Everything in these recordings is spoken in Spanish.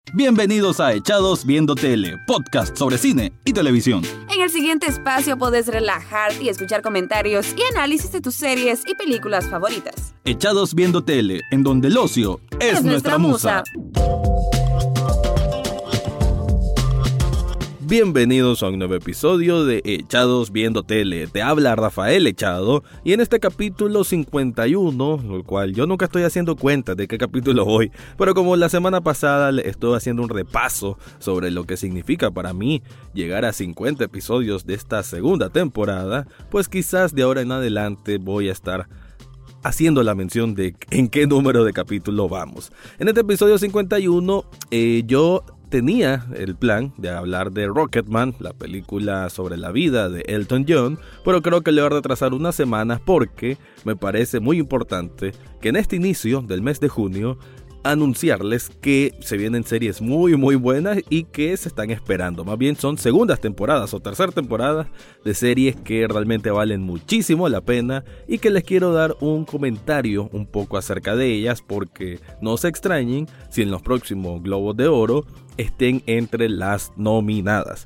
Bienvenidos a Echados Viendo Tele, podcast sobre cine y televisión. En el siguiente espacio podés relajarte y escuchar comentarios y análisis de tus series y películas favoritas. Echados Viendo Tele, en donde el ocio es nuestra musa. Bienvenidos a un nuevo episodio de Echados Viendo Tele. Te habla Rafael Echado y en este capítulo 51, el cual yo nunca estoy haciendo cuenta de qué capítulo voy, pero como la semana pasada estoy haciendo un repaso sobre lo que significa para mí llegar a 50 episodios de esta segunda temporada, pues quizás de ahora en adelante voy a estar haciendo la mención de en qué número de capítulo vamos. En este episodio 51 yo tenía el plan de hablar de Rocketman, la película sobre la vida de Elton John, pero creo que le voy a retrasar unas semanas porque me parece muy importante que en este inicio del mes de junio anunciarles que se vienen series muy buenas y que se están esperando. Más bien son segundas temporadas o tercera temporada de series que realmente valen muchísimo la pena y que les quiero dar un comentario un poco acerca de ellas, porque no se extrañen si en los próximos Globos de Oro estén entre las nominadas.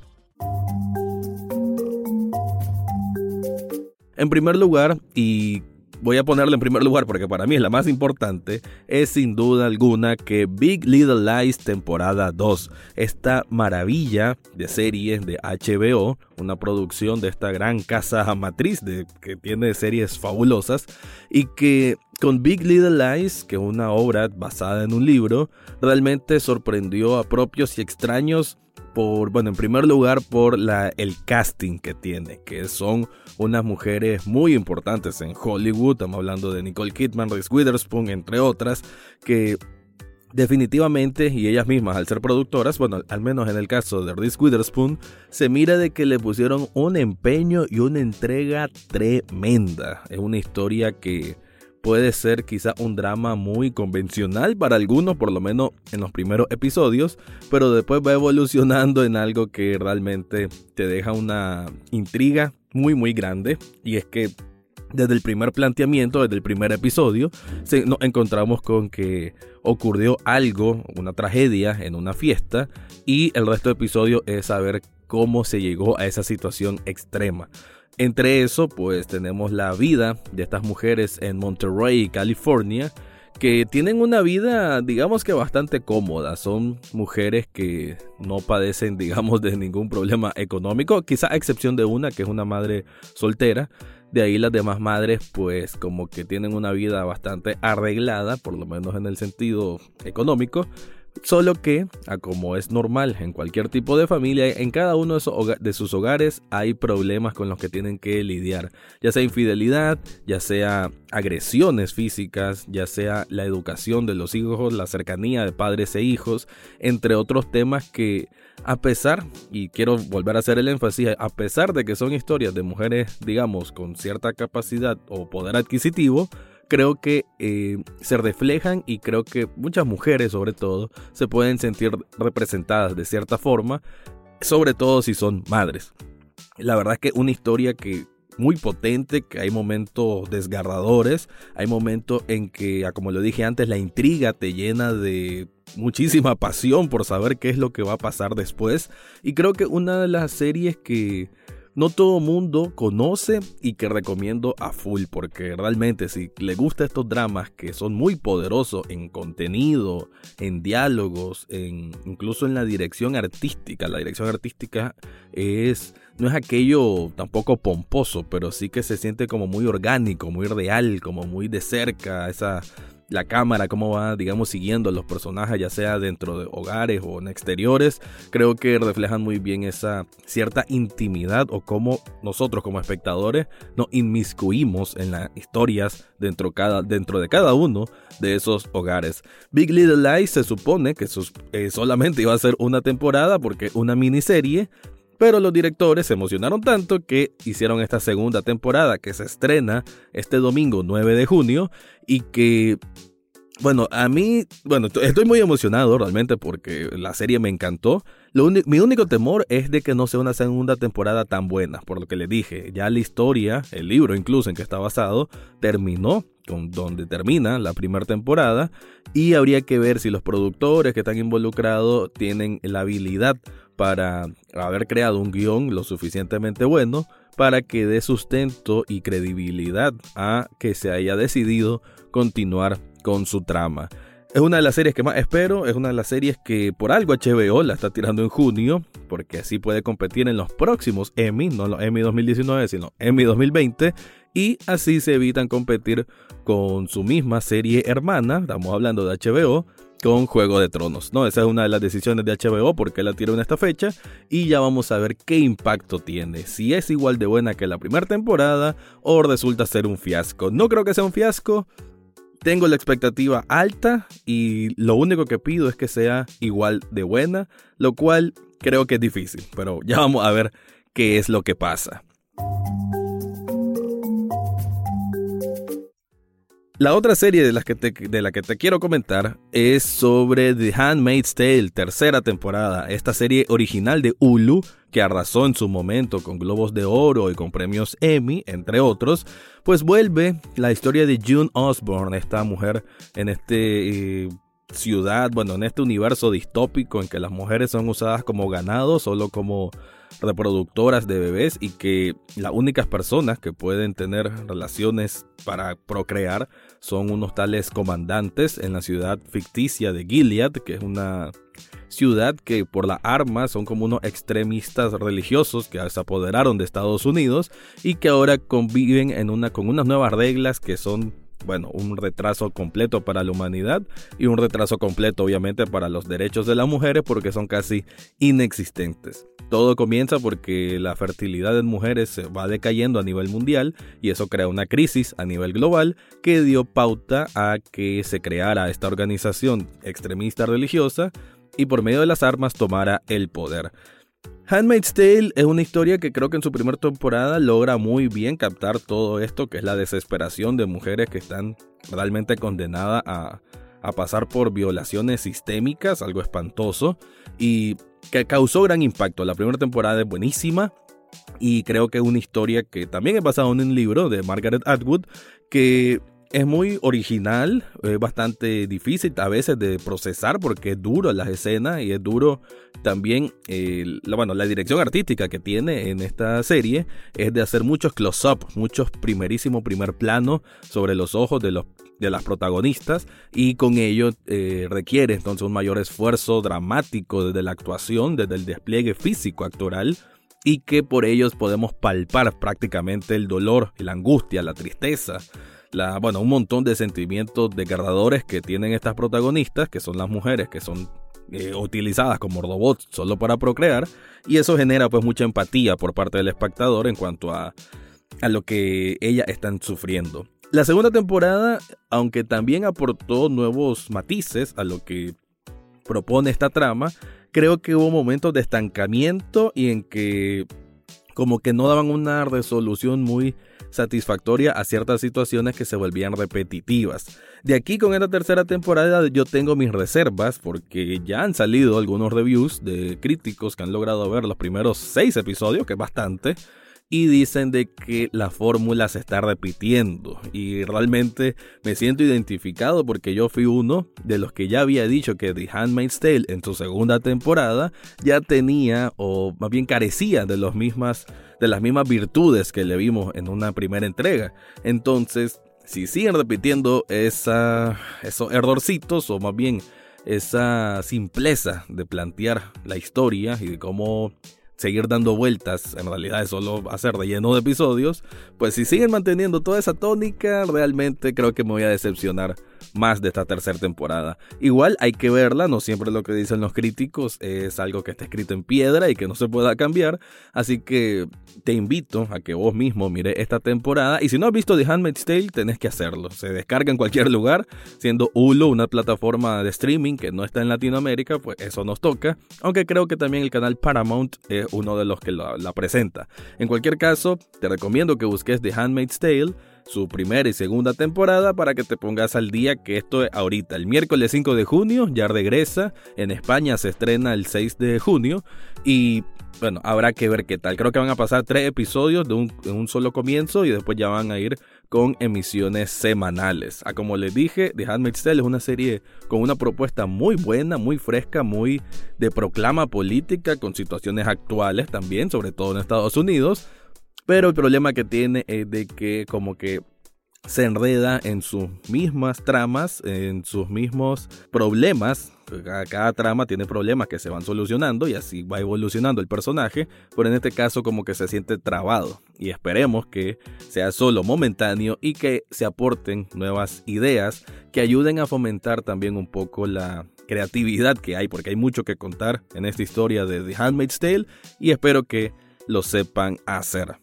En primer lugar, y voy a ponerla en primer lugar porque para mí es la más importante, es sin duda alguna que Big Little Lies temporada 2, esta maravilla de serie de HBO, una producción de esta gran casa matriz que tiene series fabulosas, y que con Big Little Lies, que es una obra basada en un libro, realmente sorprendió a propios y extraños en primer lugar por el casting que tiene, que son unas mujeres muy importantes en Hollywood. Estamos hablando de Nicole Kidman, Reese Witherspoon, entre otras, que definitivamente, y ellas mismas al ser productoras, al menos en el caso de Reese Witherspoon, se mira de que le pusieron un empeño y una entrega tremenda. Es una historia que puede ser quizá un drama muy convencional para algunos, por lo menos en los primeros episodios, pero después va evolucionando en algo que realmente te deja una intriga muy grande, y es que desde el primer planteamiento, desde el primer episodio, nos encontramos con que ocurrió algo, una tragedia en una fiesta, y el resto del episodio es saber cómo se llegó a esa situación extrema. Entre eso, pues tenemos la vida de estas mujeres en Monterey, California, que tienen una vida, digamos que bastante cómoda. Son mujeres que no padecen, digamos, de ningún problema económico, quizá a excepción de una, que es una madre soltera. De ahí las demás madres, pues como que tienen una vida bastante arreglada, por lo menos en el sentido económico. Solo que, como es normal en cualquier tipo de familia, en cada uno de sus hogares hay problemas con los que tienen que lidiar, ya sea infidelidad, ya sea agresiones físicas, ya sea la educación de los hijos, la cercanía de padres e hijos, entre otros temas que, a pesar, y quiero volver a hacer el énfasis, a pesar de que son historias de mujeres, digamos, con cierta capacidad o poder adquisitivo, creo que se reflejan, y creo que muchas mujeres sobre todo se pueden sentir representadas de cierta forma, sobre todo si son madres. La verdad es que una historia que muy potente, que hay momentos desgarradores, hay momentos en que, como lo dije antes, la intriga te llena de muchísima pasión por saber qué es lo que va a pasar después, y creo que una de las series que no todo mundo conoce y que recomiendo a full, porque realmente si le gusta estos dramas que son muy poderosos en contenido, en diálogos, incluso en la dirección artística. La dirección artística no es aquello tampoco pomposo, pero sí que se siente como muy orgánico, muy real, como muy de cerca, la cámara, cómo va, digamos, siguiendo a los personajes, ya sea dentro de hogares o en exteriores. Creo que reflejan muy bien esa cierta intimidad, o cómo nosotros como espectadores nos inmiscuimos en las historias dentro de cada uno de esos hogares. Big Little Lies se supone que solamente iba a ser una temporada porque es una miniserie, pero los directores se emocionaron tanto que hicieron esta segunda temporada que se estrena este domingo 9 de junio y que, estoy muy emocionado realmente porque la serie me encantó. Mi único temor es de que no sea una segunda temporada tan buena, por lo que les dije, ya la historia, el libro incluso en que está basado, terminó con donde termina la primera temporada, y habría que ver si los productores que están involucrados tienen la habilidad para haber creado un guión lo suficientemente bueno para que dé sustento y credibilidad a que se haya decidido continuar con su trama. Es una de las series que más espero, es una de las series que por algo HBO la está tirando en junio, porque así puede competir en los próximos Emmy, no los Emmy 2019, sino Emmy 2020, y así se evitan competir con su misma serie hermana, estamos hablando de HBO, con Juego de Tronos, ¿no? Esa es una de las decisiones de HBO, porque la tiró en esta fecha, y ya vamos a ver qué impacto tiene, si es igual de buena que la primera temporada, o resulta ser un fiasco. No creo que sea un fiasco. Tengo la expectativa alta y lo único que pido es que sea igual de buena, lo cual creo que es difícil, pero ya vamos a ver qué es lo que pasa. La otra serie de la que te quiero comentar es sobre The Handmaid's Tale, tercera temporada. Esta serie original de Hulu, que arrasó en su momento con Globos de Oro y con premios Emmy, entre otros, pues vuelve la historia de June Osborne, esta mujer en este en este universo distópico en que las mujeres son usadas como ganado, solo como reproductoras de bebés, y que las únicas personas que pueden tener relaciones para procrear son unos tales comandantes en la ciudad ficticia de Gilead, que es una ciudad que por las armas son como unos extremistas religiosos que se apoderaron de Estados Unidos y que ahora conviven con unas nuevas reglas que son, un retraso completo para la humanidad y un retraso completo obviamente para los derechos de las mujeres, porque son casi inexistentes. Todo comienza porque la fertilidad en mujeres se va decayendo a nivel mundial, y eso crea una crisis a nivel global que dio pauta a que se creara esta organización extremista religiosa y por medio de las armas tomara el poder. Handmaid's Tale es una historia que creo que en su primera temporada logra muy bien captar todo esto, que es la desesperación de mujeres que están realmente condenadas a pasar por violaciones sistémicas, algo espantoso, y que causó gran impacto. La primera temporada es buenísima, y creo que es una historia que también es basada en un libro de Margaret Atwood, que es muy original, es bastante difícil a veces de procesar porque es duro las escenas y es duro también la dirección artística que tiene en esta serie es de hacer muchos close-up, muchos primer plano sobre los ojos de las protagonistas, y con ello requiere entonces un mayor esfuerzo dramático desde la actuación, desde el despliegue físico actoral, y que por ellos podemos palpar prácticamente el dolor, la angustia, la tristeza, un montón de sentimientos desgarradores que tienen estas protagonistas, que son las mujeres que son utilizadas como robots solo para procrear, y eso genera pues mucha empatía por parte del espectador en cuanto a lo que ellas están sufriendo. La segunda temporada, aunque también aportó nuevos matices a lo que propone esta trama, creo que hubo momentos de estancamiento y en que como que no daban una resolución muy satisfactoria a ciertas situaciones que se volvían repetitivas. De aquí con esta tercera temporada yo tengo mis reservas, porque ya han salido algunos reviews de críticos que han logrado ver los primeros 6 episodios, que es bastante, y dicen de que la fórmula se está repitiendo, y realmente me siento identificado porque yo fui uno de los que ya había dicho que The Handmaid's Tale en su segunda temporada ya tenía, o más bien carecía de las mismas virtudes que le vimos en una primera entrega. Entonces, si siguen repitiendo esos errorcitos, o más bien esa simpleza de plantear la historia y de cómo seguir dando vueltas, en realidad es solo hacer relleno de episodios, pues si siguen manteniendo toda esa tónica, realmente creo que me voy a decepcionar más de esta tercera temporada. Igual hay que verla, no siempre lo que dicen los críticos es algo que está escrito en piedra y que no se pueda cambiar, así que te invito a que vos mismo mires esta temporada, y si no has visto The Handmaid's Tale tenés que hacerlo. Se descarga en cualquier lugar, siendo Hulu una plataforma de streaming que no está en Latinoamérica, pues eso nos toca, aunque creo que también el canal Paramount es uno de los que la presenta. En cualquier caso, te recomiendo que busques The Handmaid's Tale su primera y segunda temporada para que te pongas al día, que esto es ahorita, el miércoles 5 de junio ya regresa, en España se estrena el 6 de junio y bueno, habrá que ver qué tal. Creo que van a pasar 3 episodios de un solo comienzo y después ya van a ir con emisiones semanales. Como les dije, The Handmaid's Tale es una serie con una propuesta muy buena, muy fresca, muy de proclama política, con situaciones actuales también, sobre todo en Estados Unidos. Pero el problema que tiene es de que como que se enreda en sus mismas tramas, en sus mismos problemas. Cada trama tiene problemas que se van solucionando y así va evolucionando el personaje, pero en este caso como que se siente trabado y esperemos que sea solo momentáneo y que se aporten nuevas ideas que ayuden a fomentar también un poco la creatividad que hay, porque hay mucho que contar en esta historia de The Handmaid's Tale y espero que lo sepan hacer.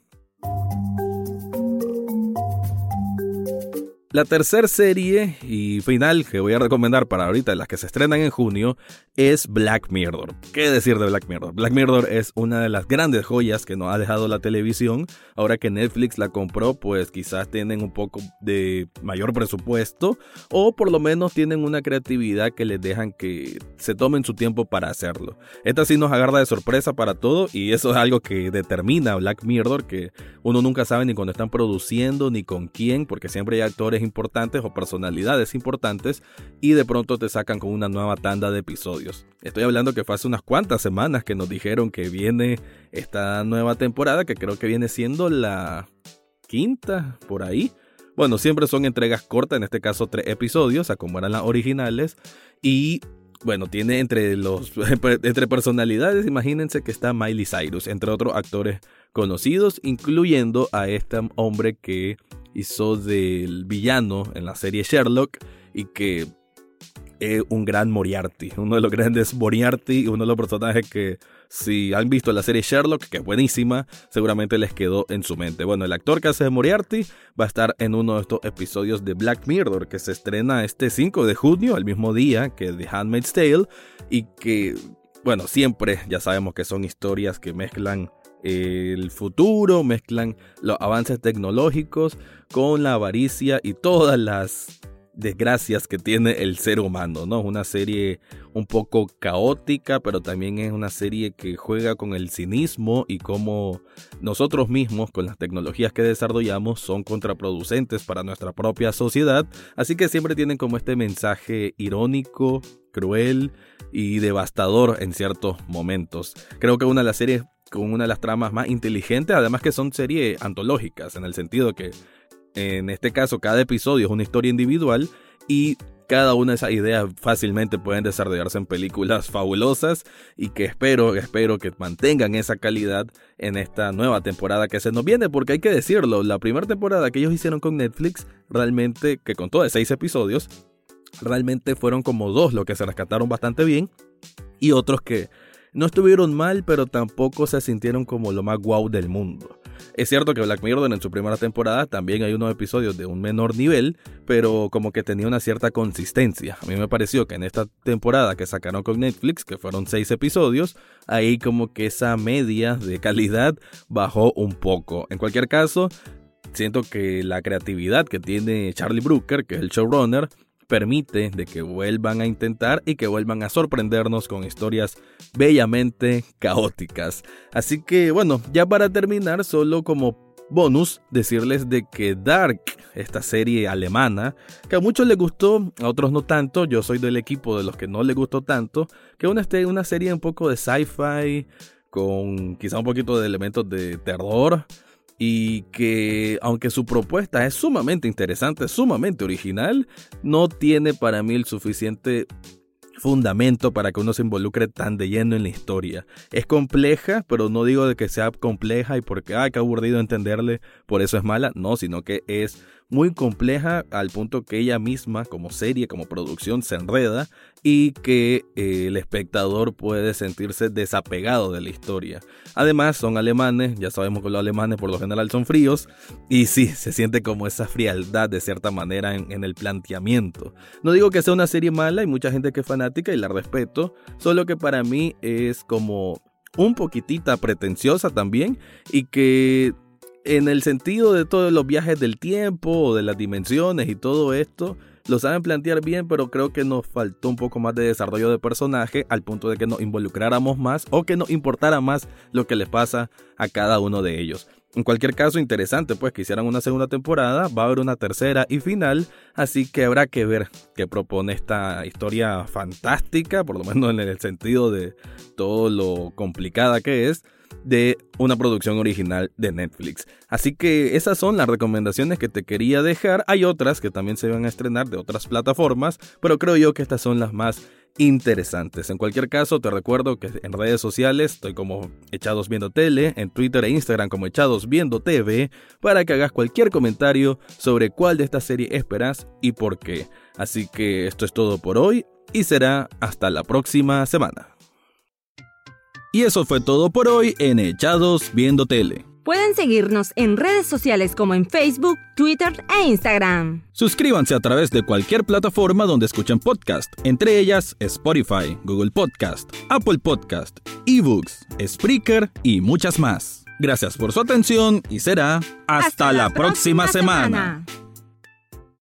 La tercera serie y final que voy a recomendar para ahorita, las que se estrenan en junio, es Black Mirror. ¿Qué decir de Black Mirror? Black Mirror es una de las grandes joyas que nos ha dejado la televisión. Ahora que Netflix la compró, pues quizás tienen un poco de mayor presupuesto o por lo menos tienen una creatividad que les dejan que se tomen su tiempo para hacerlo. Esta sí nos agarra de sorpresa para todo y eso es algo que determina Black Mirror, que uno nunca sabe ni cuando están produciendo ni con quién, porque siempre hay actores importantes o personalidades importantes y de pronto te sacan con una nueva tanda de episodios. Estoy hablando que fue hace unas cuantas semanas que nos dijeron que viene esta nueva temporada, que creo que viene siendo la 5ª por ahí. Bueno, siempre son entregas cortas, en este caso 3 episodios, a como eran las originales. Y bueno, tiene entre personalidades, imagínense que está Miley Cyrus, entre otros actores conocidos, incluyendo a este hombre que hizo del villano en la serie Sherlock y que es un gran Moriarty, uno de los grandes Moriarty, uno de los personajes que si han visto la serie Sherlock, que es buenísima, seguramente les quedó en su mente. Bueno, el actor que hace de Moriarty va a estar en uno de estos episodios de Black Mirror que se estrena este 5 de junio, el mismo día que The Handmaid's Tale, y que, bueno, siempre ya sabemos que son historias que mezclan el futuro, mezclan los avances tecnológicos con la avaricia y todas las desgracias que tiene el ser humano, ¿no? Es una serie un poco caótica, pero también es una serie que juega con el cinismo y cómo nosotros mismos, con las tecnologías que desarrollamos, son contraproducentes para nuestra propia sociedad. Así que siempre tienen como este mensaje irónico, cruel y devastador en ciertos momentos. Creo que una de las series con una de las tramas más inteligentes, además que son series antológicas, en el sentido que en este caso cada episodio es una historia individual y cada una de esas ideas fácilmente pueden desarrollarse en películas fabulosas y que espero que mantengan esa calidad en esta nueva temporada que se nos viene, porque hay que decirlo, la primera temporada que ellos hicieron con Netflix, realmente, que contó de 6 episodios, realmente fueron como 2 los que se rescataron bastante bien y otros que no estuvieron mal, pero tampoco se sintieron como lo más guau del mundo. Es cierto que Black Mirror en su primera temporada también hay unos episodios de un menor nivel, pero como que tenía una cierta consistencia. A mí me pareció que en esta temporada que sacaron con Netflix, que fueron 6 episodios, ahí como que esa media de calidad bajó un poco. En cualquier caso, siento que la creatividad que tiene Charlie Brooker, que es el showrunner, permite de que vuelvan a intentar y que vuelvan a sorprendernos con historias bellamente caóticas. Así que bueno, ya para terminar, solo como bonus, decirles de que Dark, esta serie alemana, que a muchos les gustó, a otros no tanto, yo soy del equipo de los que no les gustó tanto, que es una serie un poco de sci-fi, con quizá un poquito de elementos de terror, y que aunque su propuesta es sumamente interesante, sumamente original, no tiene para mí el suficiente fundamento para que uno se involucre tan de lleno en la historia. Es compleja, pero no digo de que sea compleja y porque qué aburrido entenderle, por eso es mala, no, sino que es muy compleja al punto que ella misma como serie, como producción se enreda y que el espectador puede sentirse desapegado de la historia. Además son alemanes, ya sabemos que los alemanes por lo general son fríos y sí, se siente como esa frialdad de cierta manera en el planteamiento. No digo que sea una serie mala, hay mucha gente que es fanática y la respeto, solo que para mí es como un poquitita pretenciosa también y que en el sentido de todos los viajes del tiempo o de las dimensiones y todo esto, lo saben plantear bien, pero creo que nos faltó un poco más de desarrollo de personaje al punto de que nos involucráramos más o que nos importara más lo que les pasa a cada uno de ellos. En cualquier caso, interesante pues que hicieran una segunda temporada, va a haber una tercera y final, así que habrá que ver qué propone esta historia fantástica, por lo menos en el sentido de todo lo complicada que es, de una producción original de Netflix. Así que esas son las recomendaciones que te quería dejar. Hay otras que también se van a estrenar de otras plataformas, pero creo yo que estas son las más interesantes. En cualquier caso, te recuerdo que en redes sociales estoy como Echados Viendo Tele, en Twitter e Instagram como Echados Viendo TV, para que hagas cualquier comentario sobre cuál de esta serie esperas y por qué. Así que esto es todo por hoy y será hasta la próxima semana. Y eso fue todo por hoy en Echados Viendo Tele. Pueden seguirnos en redes sociales como en Facebook, Twitter e Instagram. Suscríbanse a través de cualquier plataforma donde escuchen podcast, entre ellas Spotify, Google Podcast, Apple Podcast, eBooks, Spreaker y muchas más. Gracias por su atención y será hasta la próxima semana.